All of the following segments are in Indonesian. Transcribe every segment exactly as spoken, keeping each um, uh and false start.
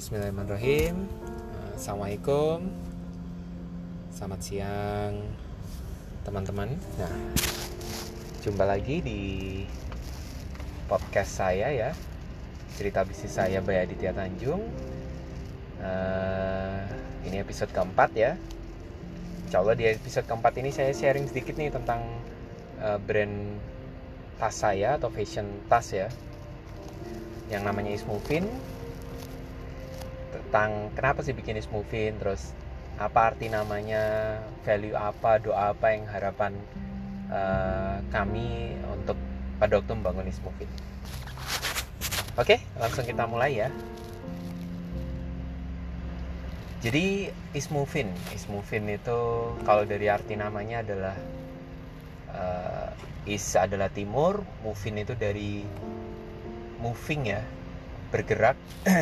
Bismillahirrahmanirrahim. Assalamualaikum. Selamat siang teman-teman. Nah, jumpa lagi di podcast saya ya, cerita bisnis saya by Aditya Tanjung. uh, Ini episode keempat ya. Insya Allah di episode keempat ini saya sharing sedikit nih tentang uh, brand tas saya atau fashion tas ya, yang namanya Ismovin. Tentang kenapa sih bikin Ismovin, terus apa arti namanya, value apa, doa apa yang harapan uh, kami untuk pada waktu membangun Ismovin. Oke, langsung kita mulai ya. Jadi Ismovin, Ismovin itu kalau dari arti namanya adalah uh, is adalah timur, moving itu dari moving ya, bergerak.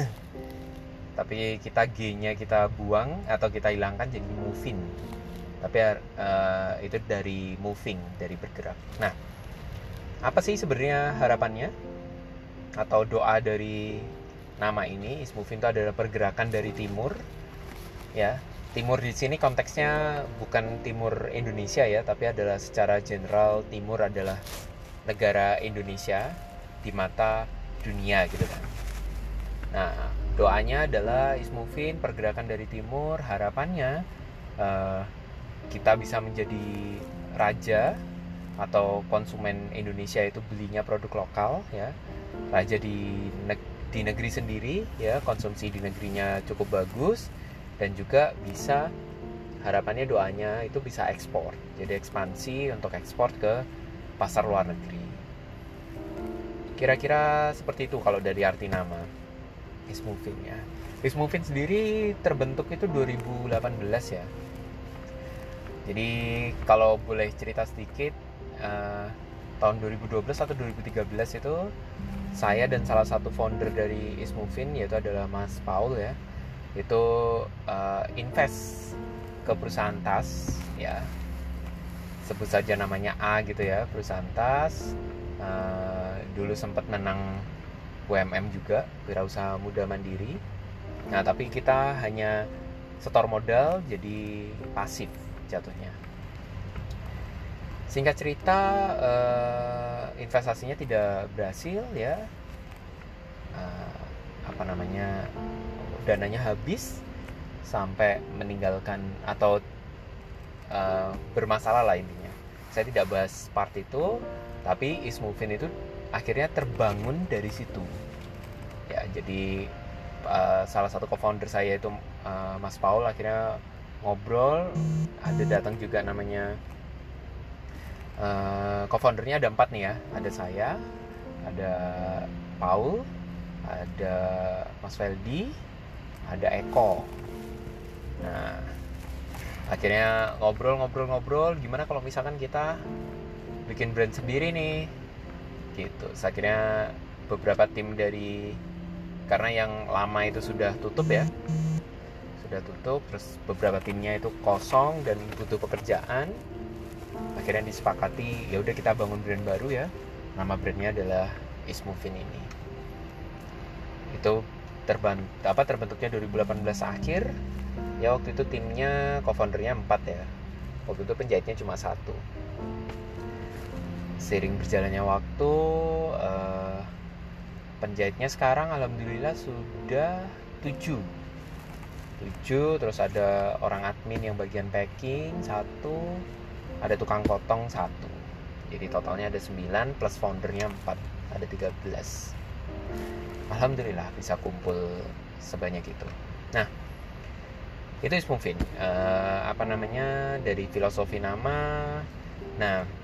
Tapi kita G-nya kita buang atau kita hilangkan jadi moving. Tapi uh, itu dari moving, dari bergerak. Nah, apa sih sebenarnya harapannya atau doa dari nama ini? Ismovin itu adalah pergerakan dari timur. Ya, timur di sini konteksnya bukan timur Indonesia ya, tapi adalah secara general timur adalah negara Indonesia di mata dunia gitu kan. Nah, doanya adalah Ismovin, pergerakan dari timur. Harapannya uh, kita bisa menjadi raja atau konsumen Indonesia itu belinya produk lokal ya. Raja di neg- di negeri sendiri ya, konsumsi di negerinya cukup bagus, dan juga bisa, harapannya doanya itu bisa ekspor. Jadi ekspansi untuk ekspor ke pasar luar negeri. Kira-kira seperti itu kalau dari arti nama Ismovin ya. Ismovin sendiri terbentuk itu dua ribu delapan belas ya. Jadi kalau boleh cerita sedikit, uh, tahun dua ribu dua belas atau dua ribu tiga belas itu saya dan salah satu founder dari Ismovin, yaitu adalah Mas Paul ya, itu uh, invest ke perusahaan tas ya. Sebut saja namanya A gitu ya, perusahaan tas. Uh, dulu sempat menang U M M juga, wirausaha muda mandiri. Nah, tapi kita hanya setor modal, jadi pasif jatuhnya. Singkat cerita, eh, investasinya tidak berhasil ya. Eh, apa namanya, dananya habis sampai meninggalkan atau eh, bermasalah lah intinya. Saya tidak bahas part itu, tapi Ismovin itu akhirnya terbangun dari situ ya. Jadi uh, salah satu co-founder saya itu uh, Mas Paul akhirnya ngobrol, ada datang juga namanya uh, co-foundernya ada empat nih ya, ada saya, ada Paul, ada Mas Feldi, ada Eko. Nah, akhirnya ngobrol-ngobrol-ngobrol gimana kalau misalkan kita bikin brand sendiri nih gitu. Akhirnya beberapa tim dari, karena yang lama itu sudah tutup ya, sudah tutup, terus beberapa timnya itu kosong dan butuh pekerjaan. Akhirnya disepakati ya udah kita bangun brand baru ya, nama brandnya adalah Ismovin ini. Itu terbentuk apa terbentuknya dua ribu delapan belas akhir ya. Waktu itu timnya co-foundernya empat ya, waktu itu penjahitnya cuma satu. Seiring berjalannya waktu, uh, penjahitnya sekarang alhamdulillah sudah tujuh. tujuh, terus ada orang admin yang bagian packing satu, ada tukang potong satu. Jadi totalnya ada sembilan, plus foundernya empat, ada tiga belas. Alhamdulillah bisa kumpul sebanyak itu. Nah, itu Ismovin. Uh, apa namanya, dari filosofi nama. Nah,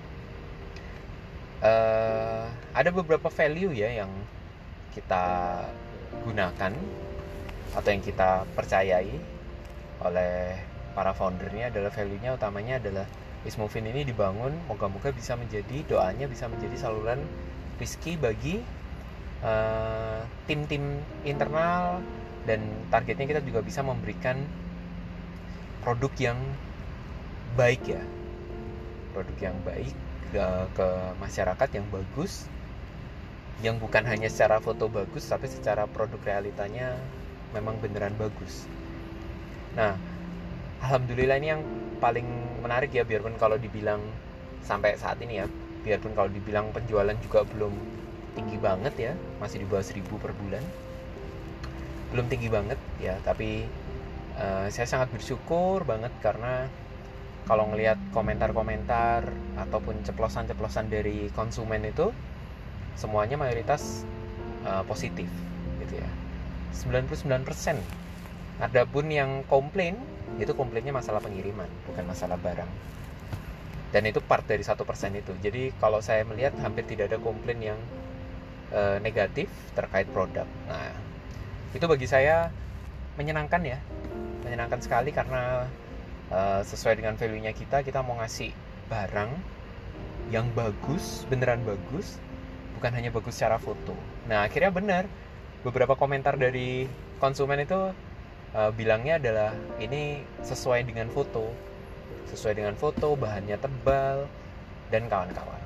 Uh, ada beberapa value ya yang kita gunakan atau yang kita percayai oleh para foundernya. Adalah value-nya utamanya adalah Ismovin ini dibangun moga-moga bisa menjadi, doanya bisa menjadi saluran rezeki bagi uh, tim-tim internal, dan targetnya kita juga bisa memberikan produk yang baik ya, produk yang baik ke masyarakat, yang bagus, yang bukan hanya secara foto bagus tapi secara produk realitanya memang beneran bagus. Nah, alhamdulillah ini yang paling menarik ya, biarpun kalau dibilang sampai saat ini ya, biarpun kalau dibilang penjualan juga belum tinggi banget ya, masih di bawah seribu per bulan, belum tinggi banget ya, tapi uh, saya sangat bersyukur banget karena kalau ngelihat komentar-komentar ataupun ceplosan-ceplosan dari konsumen itu semuanya mayoritas uh, positif gitu ya, sembilan puluh sembilan persen. Adapun yang komplain, itu komplainnya masalah pengiriman, bukan masalah barang. Dan itu part dari satu persen itu. Jadi kalau saya melihat hampir tidak ada komplain yang uh, negatif terkait produk. Nah, itu bagi saya menyenangkan ya, menyenangkan sekali karena uh, sesuai dengan value-nya kita, kita mau ngasih barang yang bagus, beneran bagus, bukan hanya bagus secara foto. Nah, akhirnya benar, beberapa komentar dari konsumen itu uh, bilangnya adalah ini sesuai dengan foto, sesuai dengan foto, bahannya tebal, dan kawan-kawan.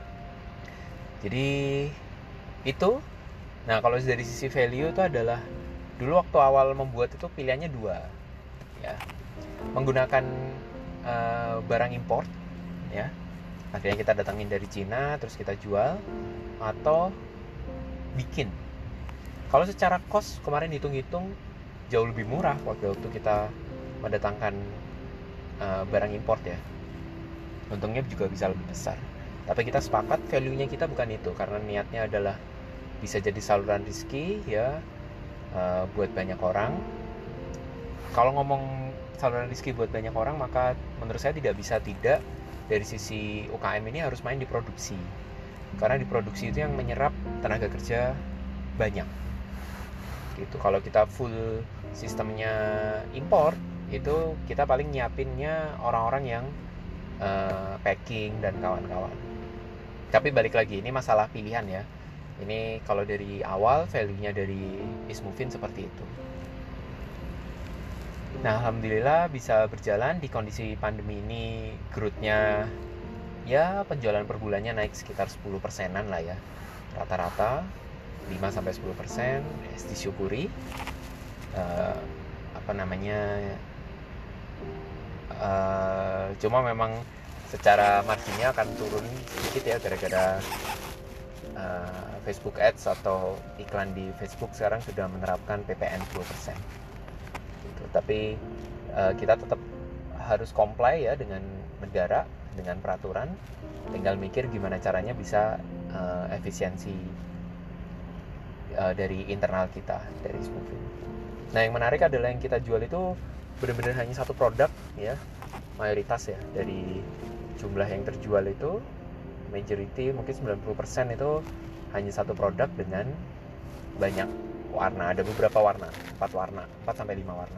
Jadi itu. Nah, kalau dari sisi value itu adalah, dulu waktu awal membuat itu pilihannya dua, ya, menggunakan uh, barang import, ya, akhirnya kita datangin dari Cina, terus kita jual, atau bikin. Kalau secara cost kemarin hitung-hitung jauh lebih murah waktu waktu kita mendatangkan uh, barang import ya, untungnya juga bisa lebih besar. Tapi kita sepakat value-nya kita bukan itu, karena niatnya adalah bisa jadi saluran rezeki ya, uh, buat banyak orang. Kalau ngomong saluran rezeki buat banyak orang, maka menurut saya tidak bisa tidak dari sisi U K M ini harus main di produksi, karena di produksi itu yang menyerap tenaga kerja banyak gitu. Kalau kita full sistemnya import, itu kita paling nyiapinnya orang-orang yang uh, packing dan kawan-kawan. Tapi balik lagi, ini masalah pilihan ya. Ini kalau dari awal value-nya dari Ismovin seperti itu. Nah, alhamdulillah bisa berjalan di kondisi pandemi ini. Growth-nya ya, penjualan per bulannya naik sekitar sepuluh persenan lah ya, rata-rata lima sampai sepuluh persen. Disyukuri. uh, apa namanya uh, cuma memang secara marginnya akan turun sedikit ya, gara-gara uh, Facebook Ads atau iklan di Facebook sekarang sudah menerapkan P P N sepuluh persen gitu. Tapi uh, kita tetap harus comply ya dengan negara, dengan peraturan. Tinggal mikir gimana caranya bisa uh, efisiensi uh, dari internal kita, dari Ismovin. Nah, yang menarik adalah yang kita jual itu benar-benar hanya satu produk ya, mayoritas ya, dari jumlah yang terjual itu majority mungkin sembilan puluh persen itu hanya satu produk dengan banyak warna. Ada beberapa warna, empat warna, empat sampai lima warna.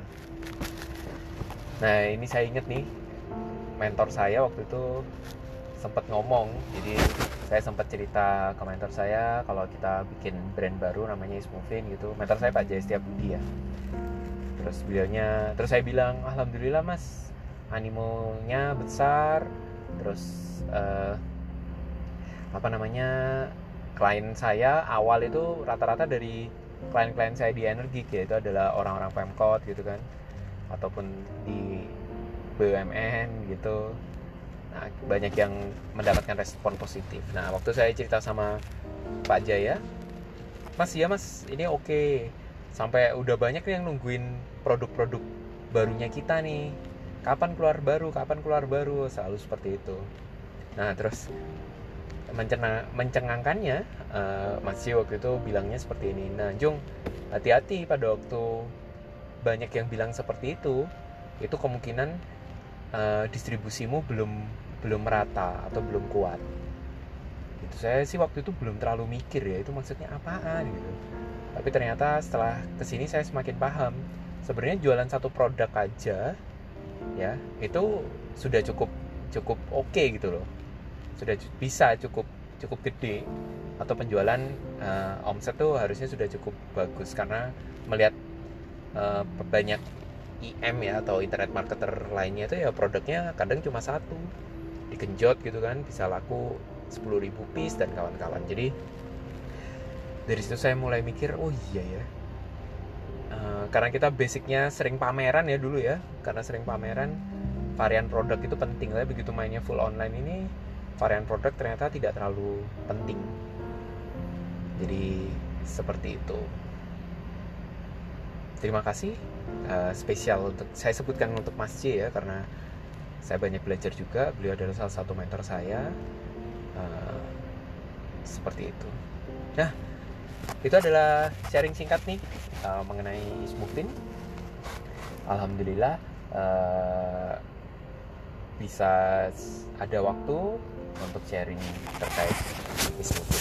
Nah, ini saya ingat nih, mentor saya waktu itu sempat ngomong. Jadi saya sempat cerita ke mentor saya kalau kita bikin brand baru namanya Ismovin gitu. Mentor saya Pak Jaya Setiabudi ya. Terus beliaunya, terus saya bilang, alhamdulillah mas, animonya besar. Terus uh, apa namanya, klien saya awal itu rata-rata dari klien-klien saya di Energik ya, itu adalah orang-orang Pemkot gitu kan, ataupun di B U M N gitu. Nah, banyak yang mendapatkan respon positif. Nah, waktu saya cerita sama Pak Jaya, mas ya mas, ini oke okay. Sampai udah banyak yang nungguin produk-produk barunya kita nih, kapan keluar baru, kapan keluar baru, selalu seperti itu. Nah, terus mencenang, mencengangkannya uh, Mas Yo waktu itu bilangnya seperti ini. Nah, Jung, hati-hati, pada waktu banyak yang bilang seperti itu, itu kemungkinan uh, distribusimu belum belum merata atau belum kuat. Itu saya sih waktu itu belum terlalu mikir ya, itu maksudnya apaan gitu. Tapi ternyata setelah kesini saya semakin paham, sebenarnya jualan satu produk aja ya itu sudah cukup cukup oke okay gitu loh, sudah bisa cukup cukup gede, atau penjualan uh, omset tuh harusnya sudah cukup bagus, karena melihat uh, banyak I M ya atau internet marketer lainnya itu ya produknya kadang cuma satu, digenjot gitu kan, bisa laku sepuluh ribu piece dan kawan-kawan. Jadi dari situ saya mulai mikir, oh iya ya, uh, karena kita basicnya sering pameran ya dulu ya, karena sering pameran varian produk itu penting. Tapi begitu mainnya full online ini, varian produk ternyata tidak terlalu penting. Jadi seperti itu. Terima kasih, uh, spesial untuk saya sebutkan untuk Mas J ya, karena saya banyak belajar juga. Beliau adalah salah satu mentor saya. Uh, seperti itu. Nah, itu adalah sharing singkat nih uh, mengenai Ismufin. Alhamdulillah uh, bisa ada waktu untuk sharing terkait Ismufin.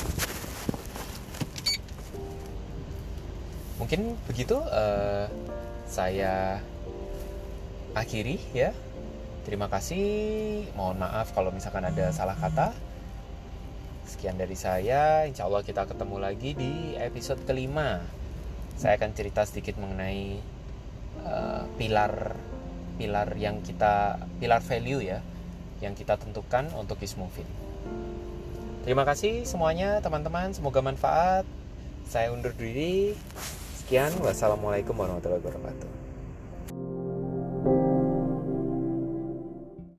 Mungkin begitu uh, saya akhiri ya. Terima kasih. Mohon maaf kalau misalkan ada salah kata. Sekian dari saya. Insya Allah kita ketemu lagi di episode kelima. Saya akan cerita sedikit mengenai uh, pilar pilar yang kita pilar value ya, yang kita tentukan untuk Ismufin. Terima kasih semuanya teman-teman. Semoga manfaat. Saya undur diri. Sekian. Wassalamualaikum warahmatullahi wabarakatuh.